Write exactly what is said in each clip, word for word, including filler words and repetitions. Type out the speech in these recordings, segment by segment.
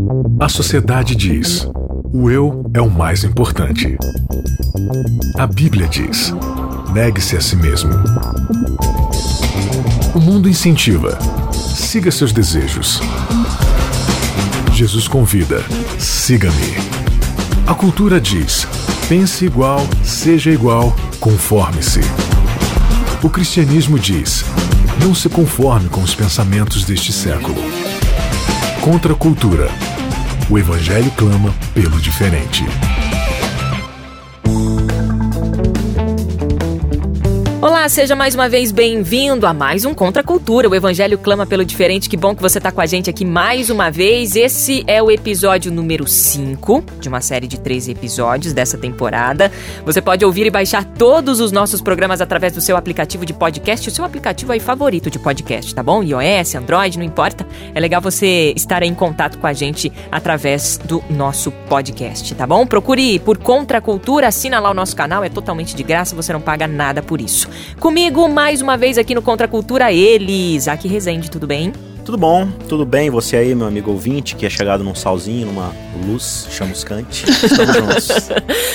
A sociedade diz: o eu é o mais importante. A Bíblia diz: negue-se a si mesmo. O mundo incentiva: siga seus desejos. Jesus convida: siga-me. A cultura diz: pense igual, seja igual, conforme-se. O cristianismo diz: não se conforme com os pensamentos deste século. Contra a cultura, o Evangelho clama pelo diferente. Olá, seja mais uma vez bem-vindo a mais um Contra a Cultura. O Evangelho clama pelo diferente. Que bom que você está com a gente aqui mais uma vez. Esse é o episódio número cinco de uma série de treze episódios dessa temporada. Você pode ouvir e baixar todos os nossos programas através do seu aplicativo de podcast, o seu aplicativo aí favorito de podcast, tá bom? iOS, Android, não importa. É legal você estar aí em contato com a gente através do nosso podcast, tá bom? Procure por Contra a Cultura, assina lá o nosso canal, é totalmente de graça, você não paga nada por isso. Comigo, mais uma vez aqui no Contra a Cultura, ele, Isaac Rezende, tudo bem? Tudo bom, tudo bem, você aí, meu amigo ouvinte, que é chegado num solzinho, numa luz chamuscante, estamos juntos.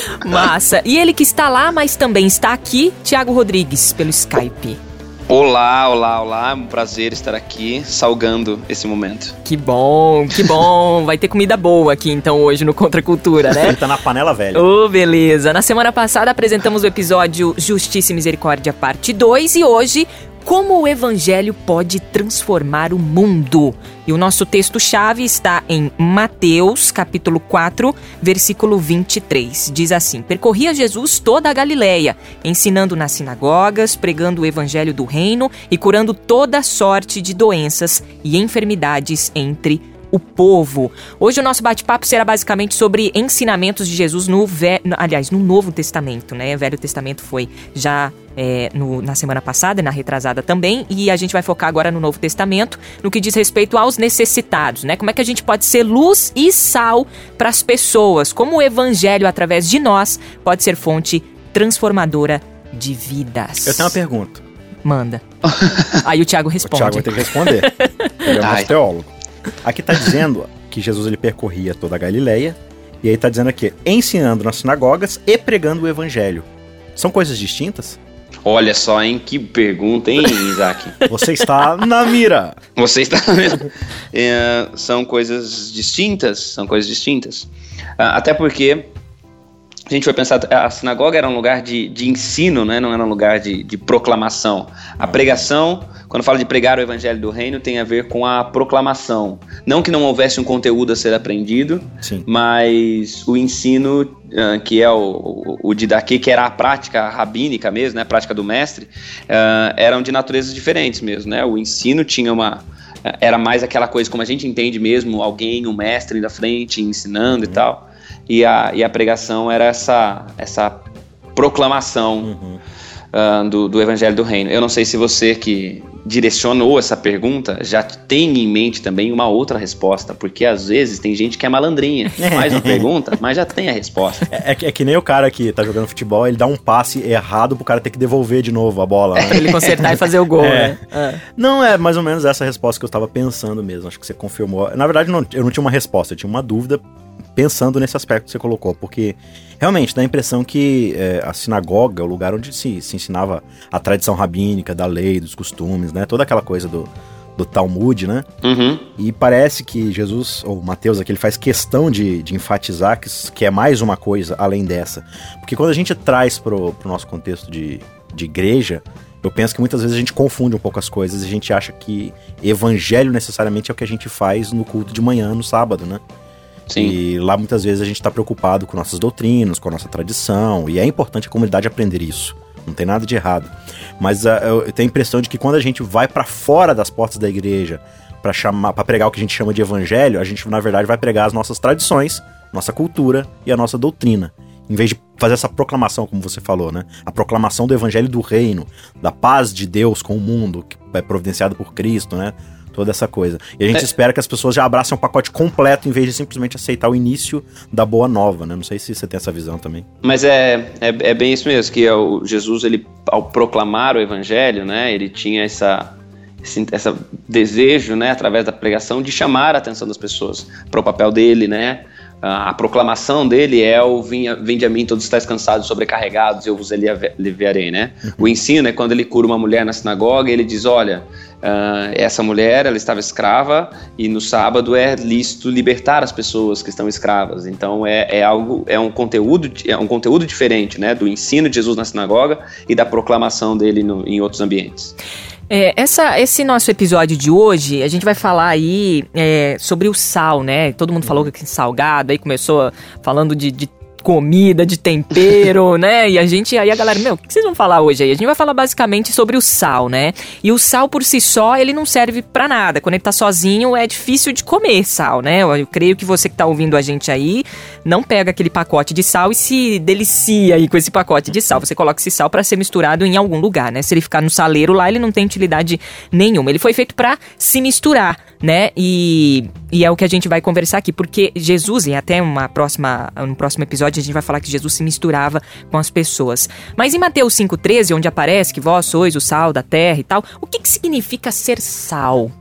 Massa, e ele que está lá, mas também está aqui, Thiago Rodrigues, pelo Skype. Olá, olá, olá, é um prazer estar aqui, salgando esse momento. Que bom, que bom, vai ter comida boa aqui então hoje no Contra a Cultura, né? Ele tá na panela velha. Ô, oh, beleza, na semana passada apresentamos o episódio Justiça e Misericórdia parte dois e hoje... Como o Evangelho pode transformar o mundo? E o nosso texto-chave está em Mateus, capítulo quatro, versículo vinte e três. Diz assim: percorria Jesus toda a Galileia, ensinando nas sinagogas, pregando o Evangelho do reino e curando toda sorte de doenças e enfermidades entre o povo. Hoje o nosso bate-papo será basicamente sobre ensinamentos de Jesus no, ve... aliás, no Novo Testamento, né? O Velho Testamento foi já é, no, na semana passada e na retrasada também, e a gente vai focar agora no Novo Testamento, no que diz respeito aos necessitados, né? Como é que a gente pode ser luz e sal para as pessoas? Como o Evangelho, através de nós, pode ser fonte transformadora de vidas? Eu tenho uma pergunta. Manda. Aí o Thiago responde. O Thiago vai ter que responder. Ele é o nosso teólogo. Aqui está dizendo que Jesus ele percorria toda a Galileia, e aí está dizendo aqui, ensinando nas sinagogas e pregando o Evangelho. São coisas distintas? Olha só, hein? Que pergunta, hein, Isaac? Você está na mira. Você está na mira. É, são coisas distintas, são coisas distintas. Até porque a gente foi pensar, a sinagoga era um lugar de, de ensino, né? Não era um lugar de, de proclamação. A pregação, quando fala de pregar o Evangelho do Reino, tem a ver com a proclamação. Não que não houvesse um conteúdo a ser aprendido, sim, mas o ensino, uh, que é o, o, o didaquê, que era a prática rabínica mesmo, né? A prática do mestre, uh, eram de naturezas diferentes mesmo, né? O ensino tinha uma... Era mais aquela coisa como a gente entende mesmo, alguém, um mestre da frente, ensinando uhum. e tal. E a, e a pregação era essa, essa proclamação uhum. uh, do, do Evangelho do Reino. Eu não sei se você que direcionou essa pergunta já tem em mente também uma outra resposta, porque às vezes tem gente que é malandrinha, faz uma pergunta, mas já tem a resposta. É, é, que, é que nem o cara que tá jogando futebol, ele dá um passe errado pro cara ter que devolver de novo a bola. Né? É, ele consertar e fazer o gol, é. né? É. Não, é mais ou menos essa resposta que eu estava pensando mesmo, acho que você confirmou. Na verdade, não, eu não tinha uma resposta, eu tinha uma dúvida pensando nesse aspecto que você colocou, porque realmente dá a impressão que é, a sinagoga, o lugar onde se, se ensinava a tradição rabínica, da lei, dos costumes, né, toda aquela coisa do, do Talmud, né, uhum. e parece que Jesus, ou Mateus aqui, ele faz questão de, de enfatizar que, que é mais uma coisa além dessa, porque quando a gente traz pro, pro nosso contexto de, de igreja, eu penso que muitas vezes a gente confunde um pouco as coisas e a gente acha que evangelho necessariamente é o que a gente faz no culto de manhã, no sábado, né. Sim. E lá muitas vezes a gente está preocupado com nossas doutrinas, com a nossa tradição, e é importante a comunidade aprender isso, não tem nada de errado. Mas uh, eu tenho a impressão de que quando a gente vai para fora das portas da igreja para chamar, para pregar o que a gente chama de evangelho, a gente na verdade vai pregar as nossas tradições, nossa cultura e a nossa doutrina, em vez de fazer essa proclamação, como você falou, né? A proclamação do evangelho do reino, da paz de Deus com o mundo, que é providenciado por Cristo, né? Toda essa coisa. E a gente é. espera que as pessoas já abracem um pacote completo em vez de simplesmente aceitar o início da boa nova, né? Não sei se você tem essa visão também. Mas é, é, é bem isso mesmo, que o Jesus, ele, ao proclamar o evangelho, né, ele tinha essa, esse essa desejo, né, através da pregação, de chamar a atenção das pessoas para o papel dele, né? A proclamação dele é o vinde a mim todos estáis cansados, sobrecarregados, eu vos aliviarei, né? Uhum. O ensino é quando ele cura uma mulher na sinagoga e ele diz, olha, uh, essa mulher, ela estava escrava e no sábado é lícito libertar as pessoas que estão escravas. Então é, é algo, é um conteúdo, é um conteúdo diferente, né? Do ensino de Jesus na sinagoga e da proclamação dele no, em outros ambientes. É, essa, esse nosso episódio de hoje, a gente vai falar aí é, sobre o sal, né? Todo mundo falou que salgado, aí começou falando de, de comida, de tempero, né? E a gente, aí a galera, meu, o que vocês vão falar hoje aí? A gente vai falar basicamente sobre o sal, né? E o sal por si só, ele não serve pra nada. Quando ele tá sozinho, é difícil de comer sal, né? Eu, eu creio que você que tá ouvindo a gente aí, não pega aquele pacote de sal e se delicia aí com esse pacote de sal. Você coloca esse sal pra ser misturado em algum lugar, né? Se ele ficar no saleiro lá, ele não tem utilidade nenhuma. Ele foi feito pra se misturar, né? E, e é o que a gente vai conversar aqui, porque Jesus, e até uma próxima, um próximo episódio, a gente vai falar que Jesus se misturava com as pessoas. Mas em Mateus cinco, treze, onde aparece que vós sois o sal da terra e tal, o que, que significa ser sal?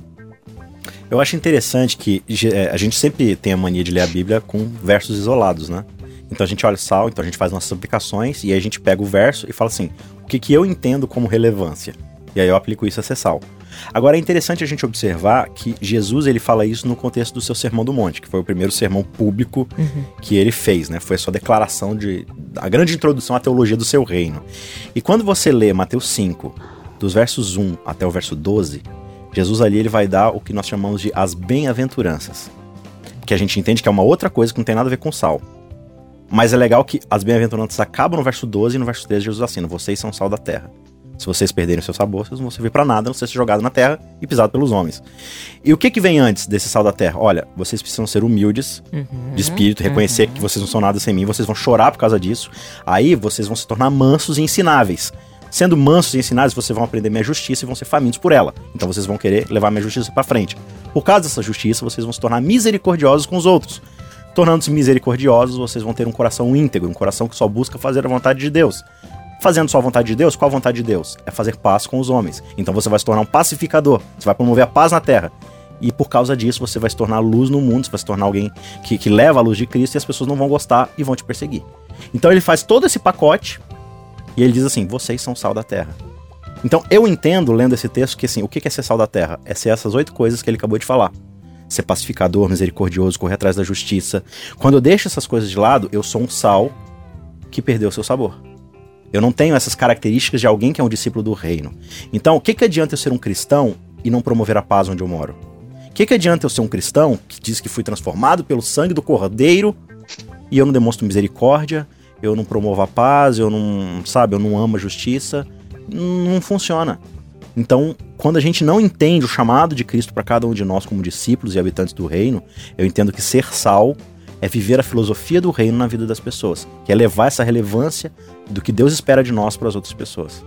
Eu acho interessante que a gente sempre tem a mania de ler a Bíblia com versos isolados, né? Então a gente olha o sal, então a gente faz nossas aplicações e aí a gente pega o verso e fala assim, o que, que eu entendo como relevância? E aí eu aplico isso a ser sal. Agora é interessante a gente observar que Jesus ele fala isso no contexto do seu Sermão do Monte, que foi o primeiro sermão público uhum. que ele fez, né? Foi a sua declaração de... a grande introdução à teologia do seu reino. E quando você lê Mateus cinco, dos versos um até o verso doze, Jesus ali ele vai dar o que nós chamamos de as bem-aventuranças, que a gente entende que é uma outra coisa que não tem nada a ver com sal. Mas é legal que as bem-aventuranças acabam no verso doze e no verso treze Jesus assina, vocês são sal da terra. Se vocês perderem o seu sabor, vocês não vão servir pra nada, não ser jogado na terra e pisado pelos homens. E o que que vem antes desse sal da terra? Olha, vocês precisam ser humildes uhum, de espírito, reconhecer uhum. que vocês não são nada sem mim, vocês vão chorar por causa disso. Aí vocês vão se tornar mansos e ensináveis. Sendo mansos e ensináveis, vocês vão aprender minha justiça e vão ser famintos por ela. Então vocês vão querer levar minha justiça pra frente. Por causa dessa justiça, vocês vão se tornar misericordiosos com os outros. Tornando-se misericordiosos, vocês vão ter um coração íntegro, um coração que só busca fazer a vontade de Deus. Fazendo só a vontade de Deus, qual a vontade de Deus? É fazer paz com os homens. Então você vai se tornar um pacificador, você vai promover a paz na terra. E por causa disso você vai se tornar luz no mundo, você vai se tornar alguém que, que leva a luz de Cristo e as pessoas não vão gostar e vão te perseguir. Então ele faz todo esse pacote e ele diz assim, vocês são sal da terra. Então eu entendo, lendo esse texto, que assim, o que é ser sal da terra? É ser essas oito coisas que ele acabou de falar. Ser pacificador, misericordioso, correr atrás da justiça. Quando eu deixo essas coisas de lado, eu sou um sal que perdeu o seu sabor. Eu não tenho essas características de alguém que é um discípulo do reino. Então, o que, que adianta eu ser um cristão e não promover a paz onde eu moro? O que, que adianta eu ser um cristão que diz que fui transformado pelo sangue do Cordeiro e eu não demonstro misericórdia, eu não promovo a paz, eu não, sabe, eu não amo a justiça? Não funciona. Então, quando a gente não entende o chamado de Cristo para cada um de nós como discípulos e habitantes do reino, eu entendo que ser sal é viver a filosofia do reino na vida das pessoas, que é levar essa relevância do que Deus espera de nós para as outras pessoas.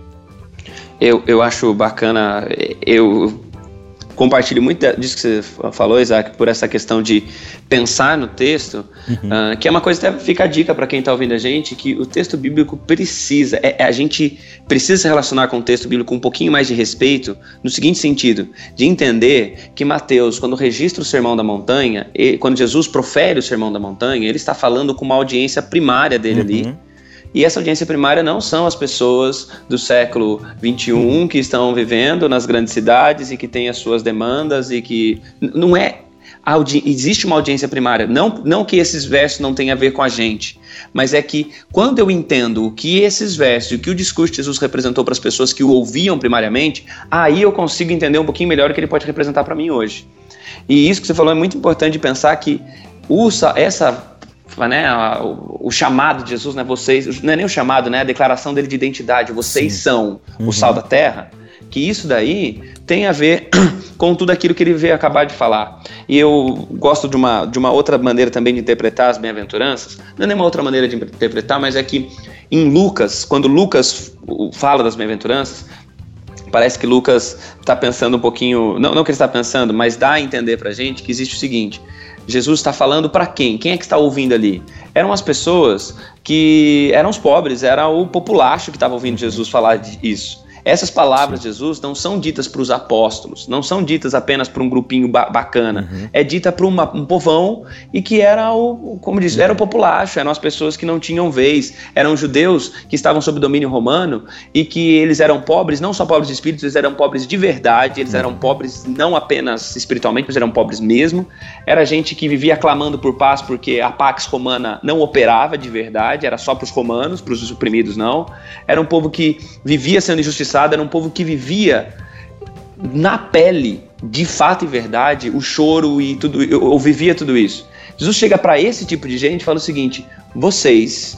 Eu, eu acho bacana, eu compartilho muito disso que você falou, Isaac, por essa questão de pensar no texto, uhum. uh, que é uma coisa, até fica a dica para quem está ouvindo a gente, que o texto bíblico precisa, é, é, a gente precisa se relacionar com o texto bíblico com um pouquinho mais de respeito, no seguinte sentido, de entender que Mateus, quando registra o Sermão da Montanha, e, quando Jesus profere o Sermão da Montanha, ele está falando com uma audiência primária dele uhum. ali. E essa audiência primária não são as pessoas do século vinte e um que estão vivendo nas grandes cidades e que têm as suas demandas e que... Não é... Audi... Existe uma audiência primária. Não, não que esses versos não tenham a ver com a gente, mas é que quando eu entendo o que esses versos e o que o discurso de Jesus representou para as pessoas que o ouviam primariamente, aí eu consigo entender um pouquinho melhor o que ele pode representar para mim hoje. E isso que você falou é muito importante de pensar que usa essa... Né, o, o chamado de Jesus, né, vocês, não é nem o chamado, né, a declaração dele de identidade, vocês Sim. são uhum. o sal da terra, que isso daí tem a ver com tudo aquilo que ele veio acabar de falar. E eu gosto de uma, de uma outra maneira também de interpretar as bem-aventuranças, não é nenhuma outra maneira de interpretar, mas é que em Lucas, quando Lucas fala das bem-aventuranças, parece que Lucas está pensando um pouquinho, não, não que ele está pensando, mas dá a entender pra gente que existe o seguinte: Jesus está falando para quem? Quem é que está ouvindo ali? Eram as pessoas que eram os pobres, era o populacho que estava ouvindo Jesus falar disso. Essas palavras Sim. de Jesus não são ditas para os apóstolos, não são ditas apenas para um grupinho ba- bacana, uhum. é dita para um povão e que era o, como diz, era o populacho, eram as pessoas que não tinham vez, eram judeus que estavam sob domínio romano e que eles eram pobres, não só pobres de espírito, eles eram pobres de verdade, eles eram pobres não apenas espiritualmente, mas eram pobres mesmo, era gente que vivia clamando por paz porque a Pax Romana não operava de verdade, era só para os romanos, para os oprimidos não, era um povo que vivia sendo injustiçado, era um povo que vivia na pele, de fato e verdade, o choro e tudo, ou vivia tudo isso. Jesus chega para esse tipo de gente e fala o seguinte: vocês,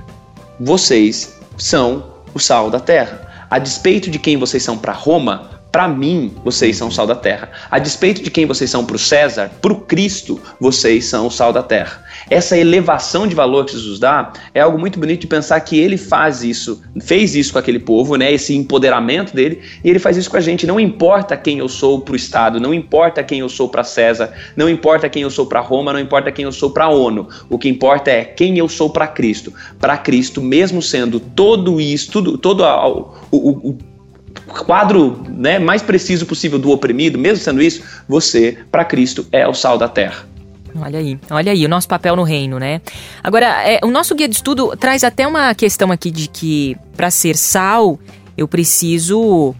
vocês são o sal da terra. A despeito de quem vocês são para Roma, para mim, vocês são o sal da terra. A despeito de quem vocês são para o César, para o Cristo, vocês são o sal da terra. Essa elevação de valor que Jesus dá é algo muito bonito de pensar que ele faz isso, fez isso com aquele povo, né? Esse empoderamento dele, e ele faz isso com a gente. Não importa quem eu sou para o Estado, não importa quem eu sou para César, não importa quem eu sou para Roma, não importa quem eu sou para a ONU. O que importa é quem eu sou para Cristo. Para Cristo, mesmo sendo todo isso, tudo, todo a, o, o, o quadro, né, mais preciso possível do oprimido, mesmo sendo isso, você, para Cristo, é o sal da terra. Olha aí, olha aí, o nosso papel no reino, né? Agora, é, o nosso guia de estudo traz até uma questão aqui de que, para ser sal, eu preciso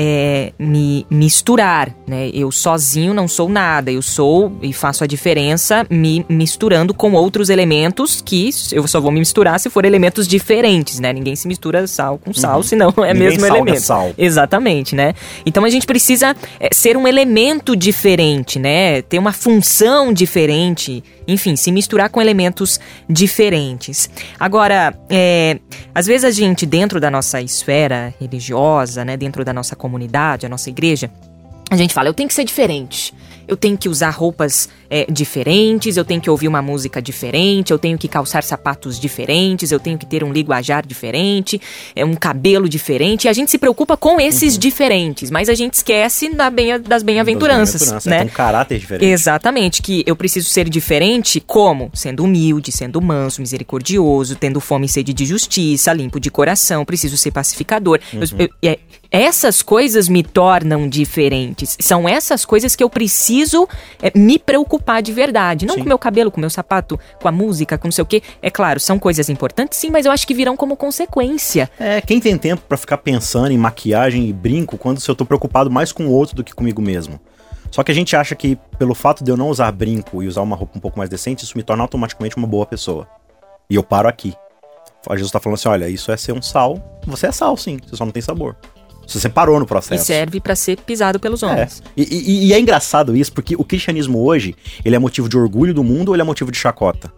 é, me misturar, né? Eu sozinho não sou nada, eu sou e faço a diferença me misturando com outros elementos que eu só vou me misturar se for elementos diferentes, né? Ninguém se mistura sal com sal, uhum. senão é Ninguém mesmo elemento. Sal. Exatamente, né? Então a gente precisa é, ser um elemento diferente, né? Ter uma função diferente, enfim, se misturar com elementos diferentes. Agora, é, às vezes a gente, dentro da nossa esfera religiosa, né, dentro da nossa comunidade, a nossa igreja, a gente fala, eu tenho que ser diferente, eu tenho que usar roupas é, diferentes, eu tenho que ouvir uma música diferente, eu tenho que calçar sapatos diferentes, eu tenho que ter um linguajar diferente, é, um cabelo diferente, e a gente se preocupa com esses uhum. diferentes, mas a gente esquece da bem, das bem-aventuranças, das bem-aventuranças, né? Tem um caráter diferente. Exatamente, que eu preciso ser diferente como? Sendo humilde, sendo manso, misericordioso, tendo fome e sede de justiça, limpo de coração, preciso ser pacificador. Uhum. Eu, eu, é, essas coisas me tornam diferentes, são essas coisas que eu preciso é, me preocupar de verdade, não sim. com o meu cabelo, com o meu sapato, com a música, com não sei o quê. É claro, são coisas importantes, sim, mas eu acho que virão como consequência. É, quem tem tempo pra ficar pensando em maquiagem e brinco quando eu tô preocupado mais com o outro do que comigo mesmo? Só que a gente acha que pelo fato de eu não usar brinco e usar uma roupa um pouco mais decente, isso me torna automaticamente uma boa pessoa. E eu paro aqui. Jesus tá falando assim, olha, isso é ser um sal. Você é sal, sim, você só não tem sabor. Você parou no processo. E serve pra ser pisado pelos homens. É. E, e, e é engraçado isso, porque o cristianismo hoje, ele é motivo de orgulho do mundo ou ele é motivo de chacota?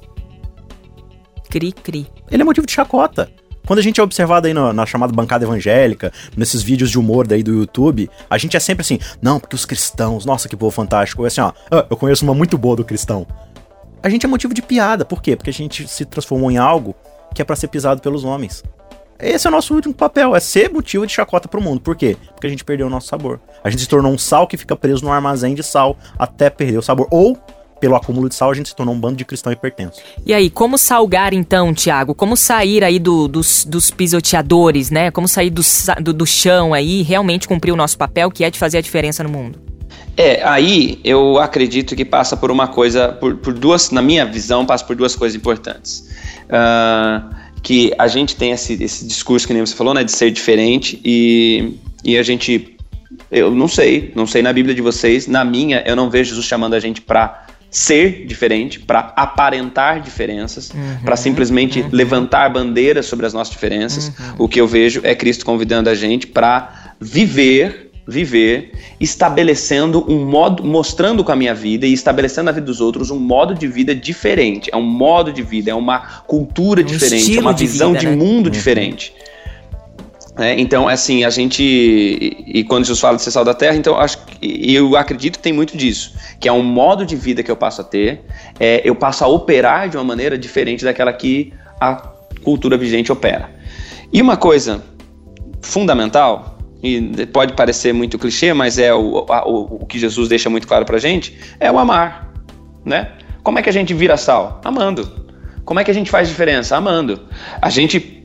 Cri, cri. Ele é motivo de chacota. Quando a gente é observado aí na, na chamada bancada evangélica, nesses vídeos de humor daí do YouTube, a gente é sempre assim, não, porque os cristãos, nossa, que povo fantástico. É assim, ó, eu conheço uma muito boa do cristão. A gente é motivo de piada. Por quê? Porque a gente se transformou em algo que é pra ser pisado pelos homens. Esse é o nosso último papel, é ser motivo de chacota pro mundo. Por quê? Porque a gente perdeu o nosso sabor. A gente se tornou um sal que fica preso num armazém de sal até perder o sabor. Ou, pelo acúmulo de sal, a gente se tornou um bando de cristão hipertenso. E aí, como salgar então, Tiago? Como sair aí do, dos, dos pisoteadores, né? Como sair do, do, do chão aí e realmente cumprir o nosso papel, que é de fazer a diferença no mundo? É, aí eu acredito que passa por uma coisa, por, por duas, na minha visão, passa por duas coisas importantes. Uh... que a gente tem esse, esse discurso que nem você falou, né, de ser diferente e, e a gente, eu não sei, não sei na Bíblia de vocês, na minha eu não vejo Jesus chamando a gente para ser diferente, para aparentar diferenças, uhum, para simplesmente uhum. levantar bandeiras sobre as nossas diferenças. Uhum. O que eu vejo é Cristo convidando a gente para viver viver, estabelecendo um modo, mostrando com a minha vida e estabelecendo na vida dos outros um modo de vida diferente. É um modo de vida, é uma cultura é um diferente, é uma de visão vida, de né? mundo uhum. diferente. É, então, assim, a gente... E, e quando Jesus fala de ser sal da terra, então acho, eu acredito que tem muito disso. Que é um modo de vida que eu passo a ter, é, eu passo a operar de uma maneira diferente daquela que a cultura vigente opera. E uma coisa fundamental... e pode parecer muito clichê, mas é o, a, o, o que Jesus deixa muito claro pra gente, é o amar, né? Como é que a gente vira sal? Amando. Como é que a gente faz diferença? Amando. A gente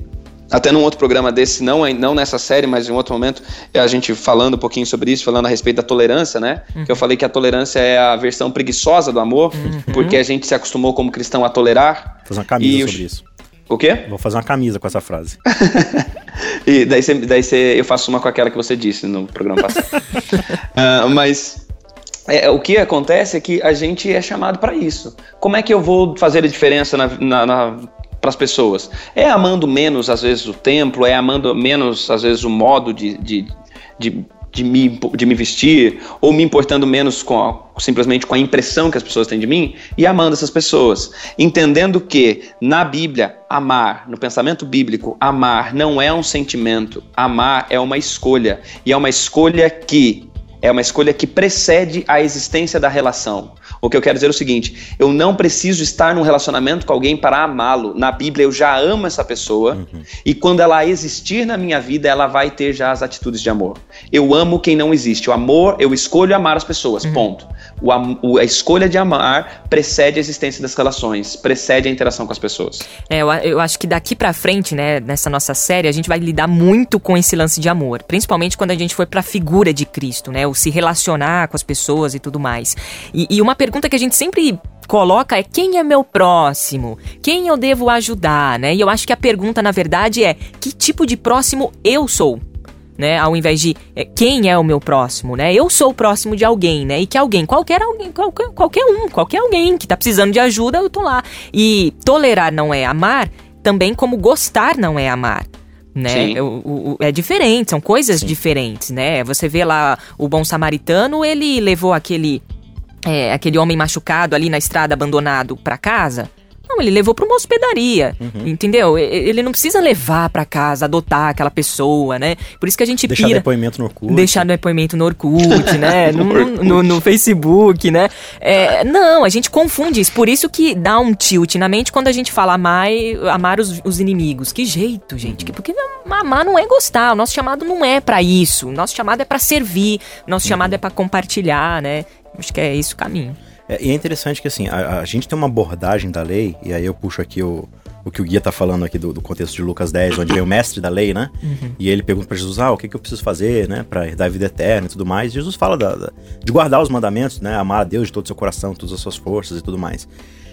até num outro programa desse, não, não nessa série, mas em outro momento, a gente falando um pouquinho sobre isso, falando a respeito da tolerância, né? Uhum. Que eu falei que a tolerância é a versão preguiçosa do amor, uhum. porque a gente se acostumou como cristão a tolerar. Vou fazer uma camisa sobre isso. O quê? Vou fazer uma camisa com essa frase. E daí, cê, daí cê, eu faço uma com aquela que você disse no programa passado. uh, mas... É, o que acontece é que a gente é chamado para isso. Como é que eu vou fazer a diferença na... na, na para as pessoas? É amando menos, às vezes, o templo, é amando menos, às vezes, o modo de, de, de, de, me, de me vestir, ou me importando menos com a, simplesmente com a impressão que as pessoas têm de mim, e amando essas pessoas. Entendendo que, na Bíblia, amar, no pensamento bíblico, amar não é um sentimento, amar é uma escolha, e é uma escolha que, é uma escolha que precede a existência da relação. O que eu quero dizer é o seguinte, eu não preciso estar num relacionamento com alguém para amá-lo. Na Bíblia eu já amo essa pessoa, uhum. e quando ela existir na minha vida, ela vai ter já as atitudes de amor. Eu amo quem não existe. O amor, eu escolho amar as pessoas, uhum. ponto. O, a, a escolha de amar precede a existência das relações, precede a interação com as pessoas. É, eu, eu acho que daqui pra frente, né, nessa nossa série, a gente vai lidar muito com esse lance de amor, principalmente quando a gente for pra figura de Cristo, né, o se relacionar com as pessoas e tudo mais. E, e uma pergunta que a gente sempre coloca é: quem é meu próximo? Quem eu devo ajudar, né? E eu acho que a pergunta, na verdade, é: que tipo de próximo eu sou? Né, ao invés de é, quem é o meu próximo, né? Eu sou o próximo de alguém, né? E que alguém, qualquer alguém, qualquer, qualquer um, qualquer alguém que tá precisando de ajuda, eu tô lá. E tolerar não é amar, também como gostar não é amar. Né? O, o, é diferente, são coisas Sim. diferentes, né? Você vê lá o bom samaritano, ele levou aquele, é, aquele homem machucado ali na estrada abandonado pra casa. Não, ele levou pra uma hospedaria, uhum. entendeu? Ele não precisa levar pra casa, adotar aquela pessoa, né? Por isso que a gente Deixar pira... depoimento no Orkut. Deixar depoimento no Orkut, né? no, no, no, no Facebook, né? É, não, a gente confunde isso. Por isso que dá um tilt na mente quando a gente fala amar, amar os, os inimigos. Que jeito, gente. Uhum. Porque amar não é gostar. O nosso chamado não é pra isso. O nosso chamado é pra servir. O nosso uhum. chamado é pra compartilhar, né? Acho que é esse o caminho. É, e é interessante que assim, a, a gente tem uma abordagem da lei, e aí eu puxo aqui o, o que o Guia tá falando aqui do, do contexto de Lucas dez, onde vem o mestre da lei, né? Uhum. E ele pergunta pra Jesus, ah, o que, que eu preciso fazer, né? Pra herdar a vida eterna e tudo mais. E Jesus fala da, da, de guardar os mandamentos, né? Amar a Deus de todo o seu coração, todas as suas forças e tudo mais.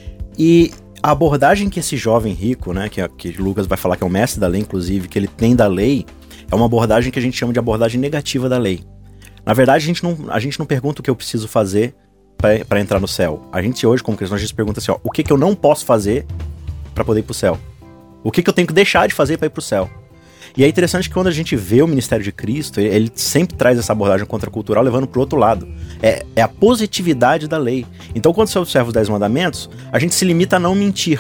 E a abordagem que esse jovem rico, né? Que, que Lucas vai falar que é o mestre da lei, inclusive, que ele tem da lei, é uma abordagem que a gente chama de abordagem negativa da lei. Na verdade, a gente não, a gente não pergunta o que eu preciso fazer para entrar no céu. A gente hoje, como cristão, a gente se pergunta assim, ó, o que que eu não posso fazer para poder ir pro céu? O que que eu tenho que deixar de fazer para ir pro céu? E é interessante que quando a gente vê o ministério de Cristo, ele, ele sempre traz essa abordagem contracultural levando pro outro lado. É, é a positividade da lei. Então, quando você observa os dez mandamentos, a gente se limita a não mentir.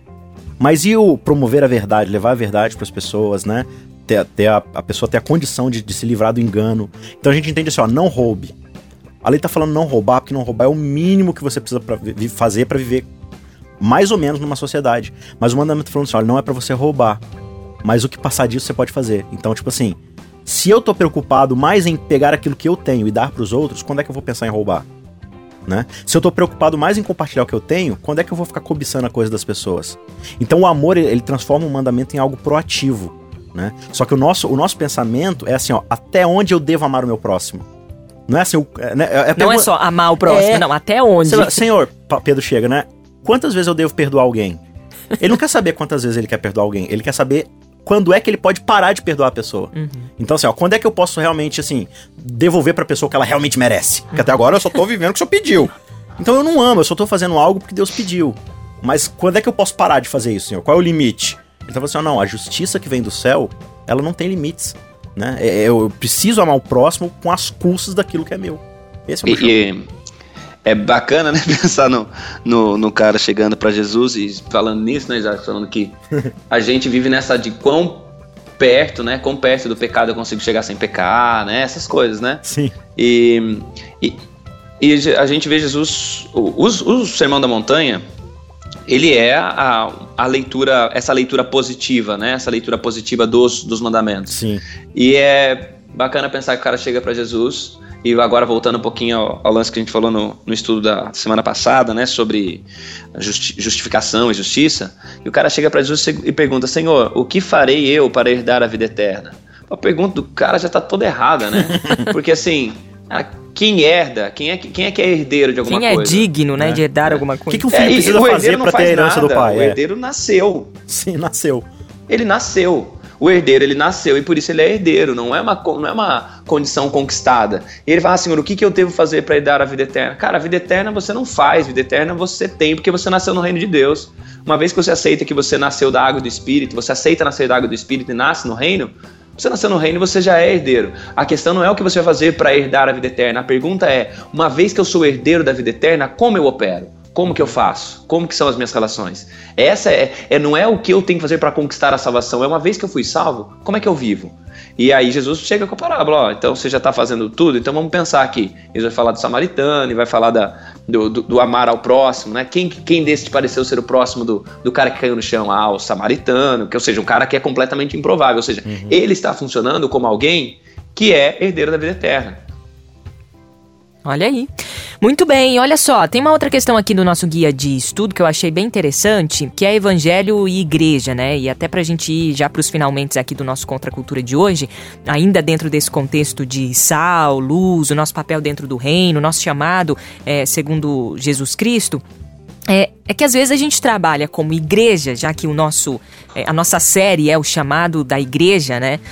Mas e o promover a verdade, levar a verdade para as pessoas, né? Ter, ter a, a pessoa ter a condição de, de se livrar do engano. Então a gente entende assim, ó, não roube. A lei tá falando não roubar, porque não roubar é o mínimo que você precisa pra vi- fazer para viver mais ou menos numa sociedade. Mas o mandamento tá falando assim, olha, não é para você roubar, mas o que passar disso você pode fazer. Então, tipo assim, se eu tô preocupado mais em pegar aquilo que eu tenho e dar pros outros, quando é que eu vou pensar em roubar? Né? Se eu tô preocupado mais em compartilhar o que eu tenho, quando é que eu vou ficar cobiçando a coisa das pessoas? Então o amor, ele, ele transforma o mandamento em algo proativo, né? Só que o nosso, o nosso pensamento é assim, ó, até onde eu devo amar o meu próximo? Não é assim, o, é, é, é não é só amar o próximo, é, não, até onde? Lá, Senhor, Pedro chega, né? Quantas vezes eu devo perdoar alguém? Ele não quer saber quantas vezes ele quer perdoar alguém, ele quer saber quando é que ele pode parar de perdoar a pessoa. Uhum. Então, assim, ó, quando é que eu posso realmente, assim, devolver pra pessoa o que ela realmente merece? Porque até agora eu só tô vivendo o que o senhor pediu. Então eu não amo, eu só tô fazendo algo porque Deus pediu. Mas quando é que eu posso parar de fazer isso, Senhor? Qual é o limite? Ele tá falando assim, ó, não, a justiça que vem do céu, ela não tem limites. Né? Eu preciso amar o próximo com as custas daquilo que é meu. Esse é o meu e, é bacana, né, pensar no, no, no cara chegando pra Jesus e falando nisso, né, já falando que a gente vive nessa de quão perto, né, quão perto do pecado eu consigo chegar sem pecar, né, essas coisas, né? Sim. E, e, e a gente vê Jesus, o, o, o Sermão da Montanha, ele é a, a leitura, essa leitura positiva, né? Essa leitura positiva dos, dos mandamentos. Sim. E é bacana pensar que o cara chega pra Jesus e agora voltando um pouquinho ao, ao lance que a gente falou no, no estudo da semana passada, né, sobre justi- justificação e justiça, e o cara chega para Jesus e pergunta: Senhor, o que farei eu para herdar a vida eterna? A pergunta do cara já tá toda errada, né? Porque assim, quem herda, quem é, quem é que é herdeiro de alguma quem coisa? Quem é digno, né, é. de herdar é. alguma coisa? O que, que um filho é, precisa fazer para ter a herança nada. do pai? O herdeiro é. nasceu. Sim, nasceu. Ele nasceu. O herdeiro, ele nasceu e por isso ele é herdeiro, não é uma, não é uma condição conquistada. E ele fala: Senhor, o que, que eu devo fazer para herdar a vida eterna? Cara, a vida eterna você não faz, vida eterna você tem, porque você nasceu no reino de Deus. Uma vez que você aceita que você nasceu da água e do Espírito, você aceita nascer da água e do Espírito e nasce no reino, você nasceu no reino e você já é herdeiro. A questão não é o que você vai fazer para herdar a vida eterna. A pergunta é: uma vez que eu sou herdeiro da vida eterna, como eu opero? Como que eu faço? Como que são as minhas relações? Essa é, é não é o que eu tenho que fazer para conquistar a salvação, é uma vez que eu fui salvo, como é que eu vivo? E aí Jesus chega com a parábola: ó, então você já está fazendo tudo, então vamos pensar aqui. Ele vai falar do samaritano, e vai falar da, do, do, do amar ao próximo, né? Quem, quem desse te pareceu ser o próximo do, do cara que caiu no chão? Ah, o samaritano, que, ou seja, um cara que é completamente improvável, ou seja, uhum. ele está funcionando como alguém que é herdeiro da vida eterna. Olha aí. Muito bem, olha só, tem uma outra questão aqui do nosso guia de estudo que eu achei bem interessante, que é evangelho e igreja, né? E até pra gente ir já pros finalmente aqui do nosso Contra a Cultura de hoje, ainda dentro desse contexto de sal, luz, o nosso papel dentro do reino, o nosso chamado é, segundo Jesus Cristo, é, é que às vezes a gente trabalha como igreja, já que o nosso, é, a nossa série é o chamado da igreja, né?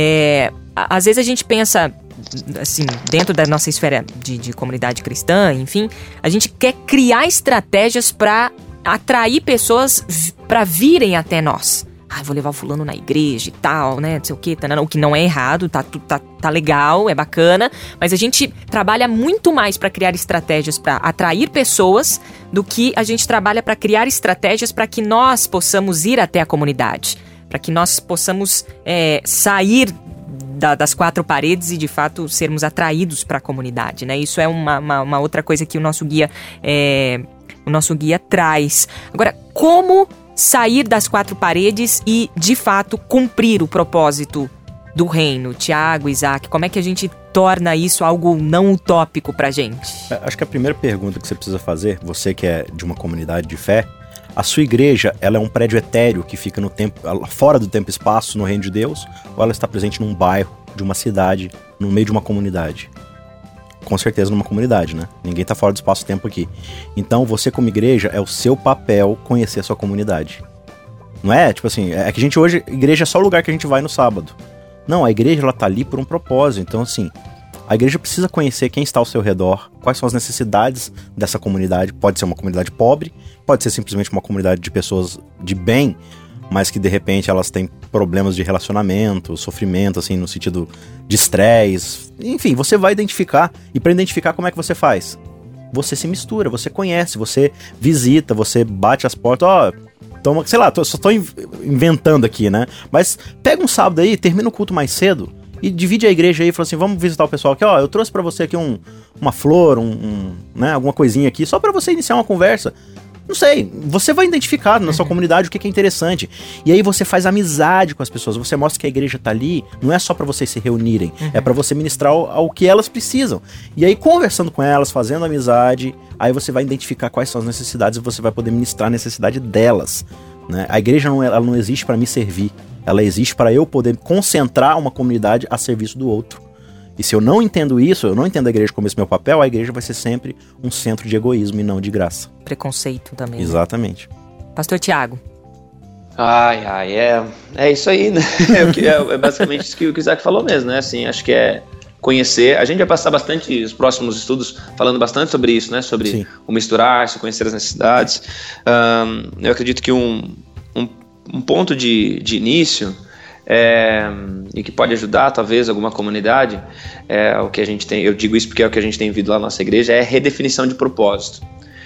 É, às vezes a gente pensa... assim, dentro da nossa esfera de, de comunidade cristã, enfim, a gente quer criar estratégias para atrair pessoas para virem até nós. Ah, vou levar o fulano na igreja e tal, né, não sei o que, tá, não, o que não é errado, tá, tá, tá legal, é bacana, mas a gente trabalha muito mais para criar estratégias para atrair pessoas do que a gente trabalha para criar estratégias para que nós possamos ir até a comunidade, para que nós possamos é, sair Da, das quatro paredes e, de fato, sermos atraídos para a comunidade, né? Isso é uma, uma, uma outra coisa que o nosso guia, é, o nosso guia traz. Agora, como sair das quatro paredes e, de fato, cumprir o propósito do reino? Tiago, Isaac, como é que a gente torna isso algo não utópico para a gente? Acho que a primeira pergunta que você precisa fazer, você que é de uma comunidade de fé, a sua igreja, ela é um prédio etéreo que fica no tempo, fora do tempo e espaço, no reino de Deus, ou ela está presente num bairro, de uma cidade, no meio de uma comunidade? Com certeza numa comunidade, né? Ninguém está fora do espaço-tempo aqui. Então, você como igreja, é o seu papel conhecer a sua comunidade. Não é, tipo assim, é que a gente hoje, igreja é só o lugar que a gente vai no sábado. Não, a igreja, ela tá ali por um propósito. Então, assim, a igreja precisa conhecer quem está ao seu redor, quais são as necessidades dessa comunidade. Pode ser uma comunidade pobre, pode ser simplesmente uma comunidade de pessoas de bem, mas que de repente elas têm problemas de relacionamento, sofrimento, assim, no sentido de estresse. Enfim, você vai identificar, e para identificar, como é que você faz? Você se mistura, você conhece, você visita, você bate as portas, ó... Toma, sei lá, tô, só tô inventando aqui, né? Mas pega um sábado aí, termina o culto mais cedo e divide a igreja aí e fala assim: vamos visitar o pessoal aqui, ó, eu trouxe pra você aqui um, uma flor, um, um, né, alguma coisinha aqui, só pra você iniciar uma conversa. Não sei, você vai identificar na sua uhum. comunidade o que, que é interessante. E aí você faz amizade com as pessoas, você mostra que a igreja tá ali, não é só pra vocês se reunirem, uhum. é pra você ministrar ao, ao que elas precisam. E aí, conversando com elas, fazendo amizade, aí você vai identificar quais são as necessidades e você vai poder ministrar a necessidade delas, né? A igreja não, ela não existe pra me servir, ela existe para eu poder concentrar uma comunidade a serviço do outro. E se eu não entendo isso, eu não entendo a igreja como esse meu papel, a igreja vai ser sempre um centro de egoísmo e não de graça. Preconceito também. Exatamente. Né? Pastor Tiago. Ai, ai, é, é isso aí, né? É, o que, é, é basicamente isso que o Isaac falou mesmo, né? Assim, acho que é conhecer. A gente vai passar bastante, os próximos estudos, falando bastante sobre isso, né? Sobre Sim. o misturar-se, conhecer as necessidades. Um, eu acredito que um, um, um ponto de, de início... É, e que pode ajudar talvez alguma comunidade, é o que a gente tem, eu digo isso porque é o que a gente tem visto lá na nossa igreja, é redefinição de propósito.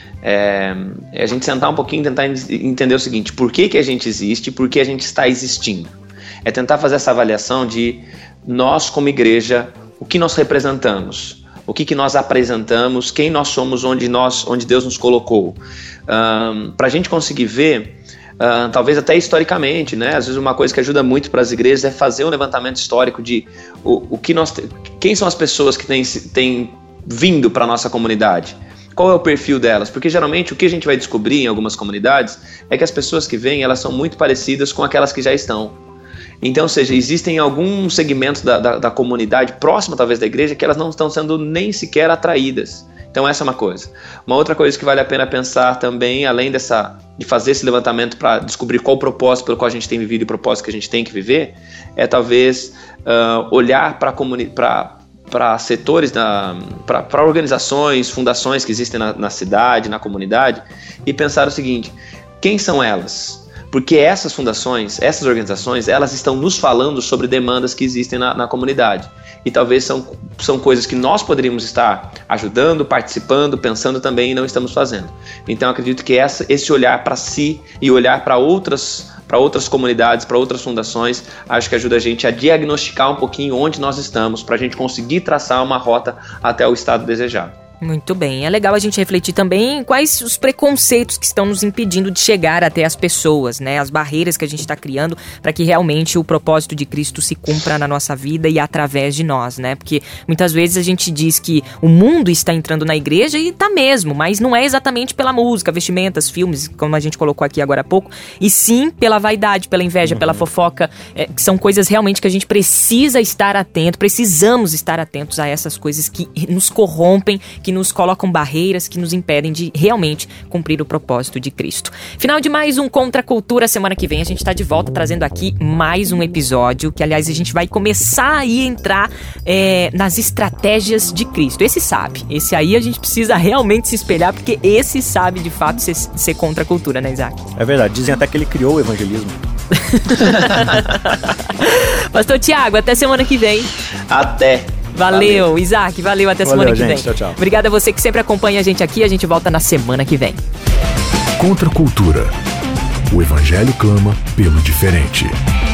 É, é a gente sentar um pouquinho e tentar entender o seguinte: por que, que a gente existe, por que a gente está existindo. É tentar fazer essa avaliação de nós como igreja, o que nós representamos, o que, que nós apresentamos, quem nós somos, onde, nós, onde Deus nos colocou. Um, para a gente conseguir ver Uh, talvez até historicamente, né? Às vezes uma coisa que ajuda muito para as igrejas é fazer um levantamento histórico de o, o que nós te... quem são as pessoas que têm, têm vindo para a nossa comunidade. Qual é o perfil delas? Porque geralmente o que a gente vai descobrir em algumas comunidades é que as pessoas que vêm, elas são muito parecidas com aquelas que já estão. Então, ou seja, existem alguns segmentos da, da, da comunidade, próxima talvez da igreja, que elas não estão sendo nem sequer atraídas. Então essa é uma coisa. Uma outra coisa que vale a pena pensar também, além dessa, de fazer esse levantamento para descobrir qual o propósito pelo qual a gente tem vivido e o propósito que a gente tem que viver, é talvez uh, olhar para para setores, para organizações, fundações que existem na, na cidade, na comunidade, e pensar o seguinte: quem são elas? Porque essas fundações, essas organizações, elas estão nos falando sobre demandas que existem na, na comunidade. E talvez são, são coisas que nós poderíamos estar ajudando, participando, pensando também e não estamos fazendo. Então eu acredito que essa, esse olhar para si e olhar para outras, para outras comunidades, para outras fundações, acho que ajuda a gente a diagnosticar um pouquinho onde nós estamos, para a gente conseguir traçar uma rota até o estado desejado. Muito bem, é legal a gente refletir também quais os preconceitos que estão nos impedindo de chegar até as pessoas, né? As barreiras que a gente está criando para que realmente o propósito de Cristo se cumpra na nossa vida e através de nós, né? Porque muitas vezes a gente diz que o mundo está entrando na igreja e tá mesmo, mas não é exatamente pela música, vestimentas, filmes, como a gente colocou aqui agora há pouco, e sim pela vaidade, pela inveja, uhum. pela fofoca, é, que são coisas realmente que a gente precisa estar atento, precisamos estar atentos a essas coisas que nos corrompem, que nos colocam barreiras, que nos impedem de realmente cumprir o propósito de Cristo. Final de mais um Contra a Cultura. Semana que vem a gente está de volta trazendo aqui mais um episódio, que aliás a gente vai começar a entrar é, nas estratégias de Cristo. Esse sabe, esse aí a gente precisa realmente se espelhar, porque esse sabe de fato ser, ser contra a cultura, né, Isaac? É verdade, dizem até que ele criou o evangelismo. Pastor Tiago, até semana que vem. Até. Valeu, valeu, Isaac, valeu, até valeu, semana que gente, vem. tchau, tchau. Obrigado a você que sempre acompanha a gente aqui, a gente volta na semana que vem. Contra a cultura. O evangelho clama pelo diferente.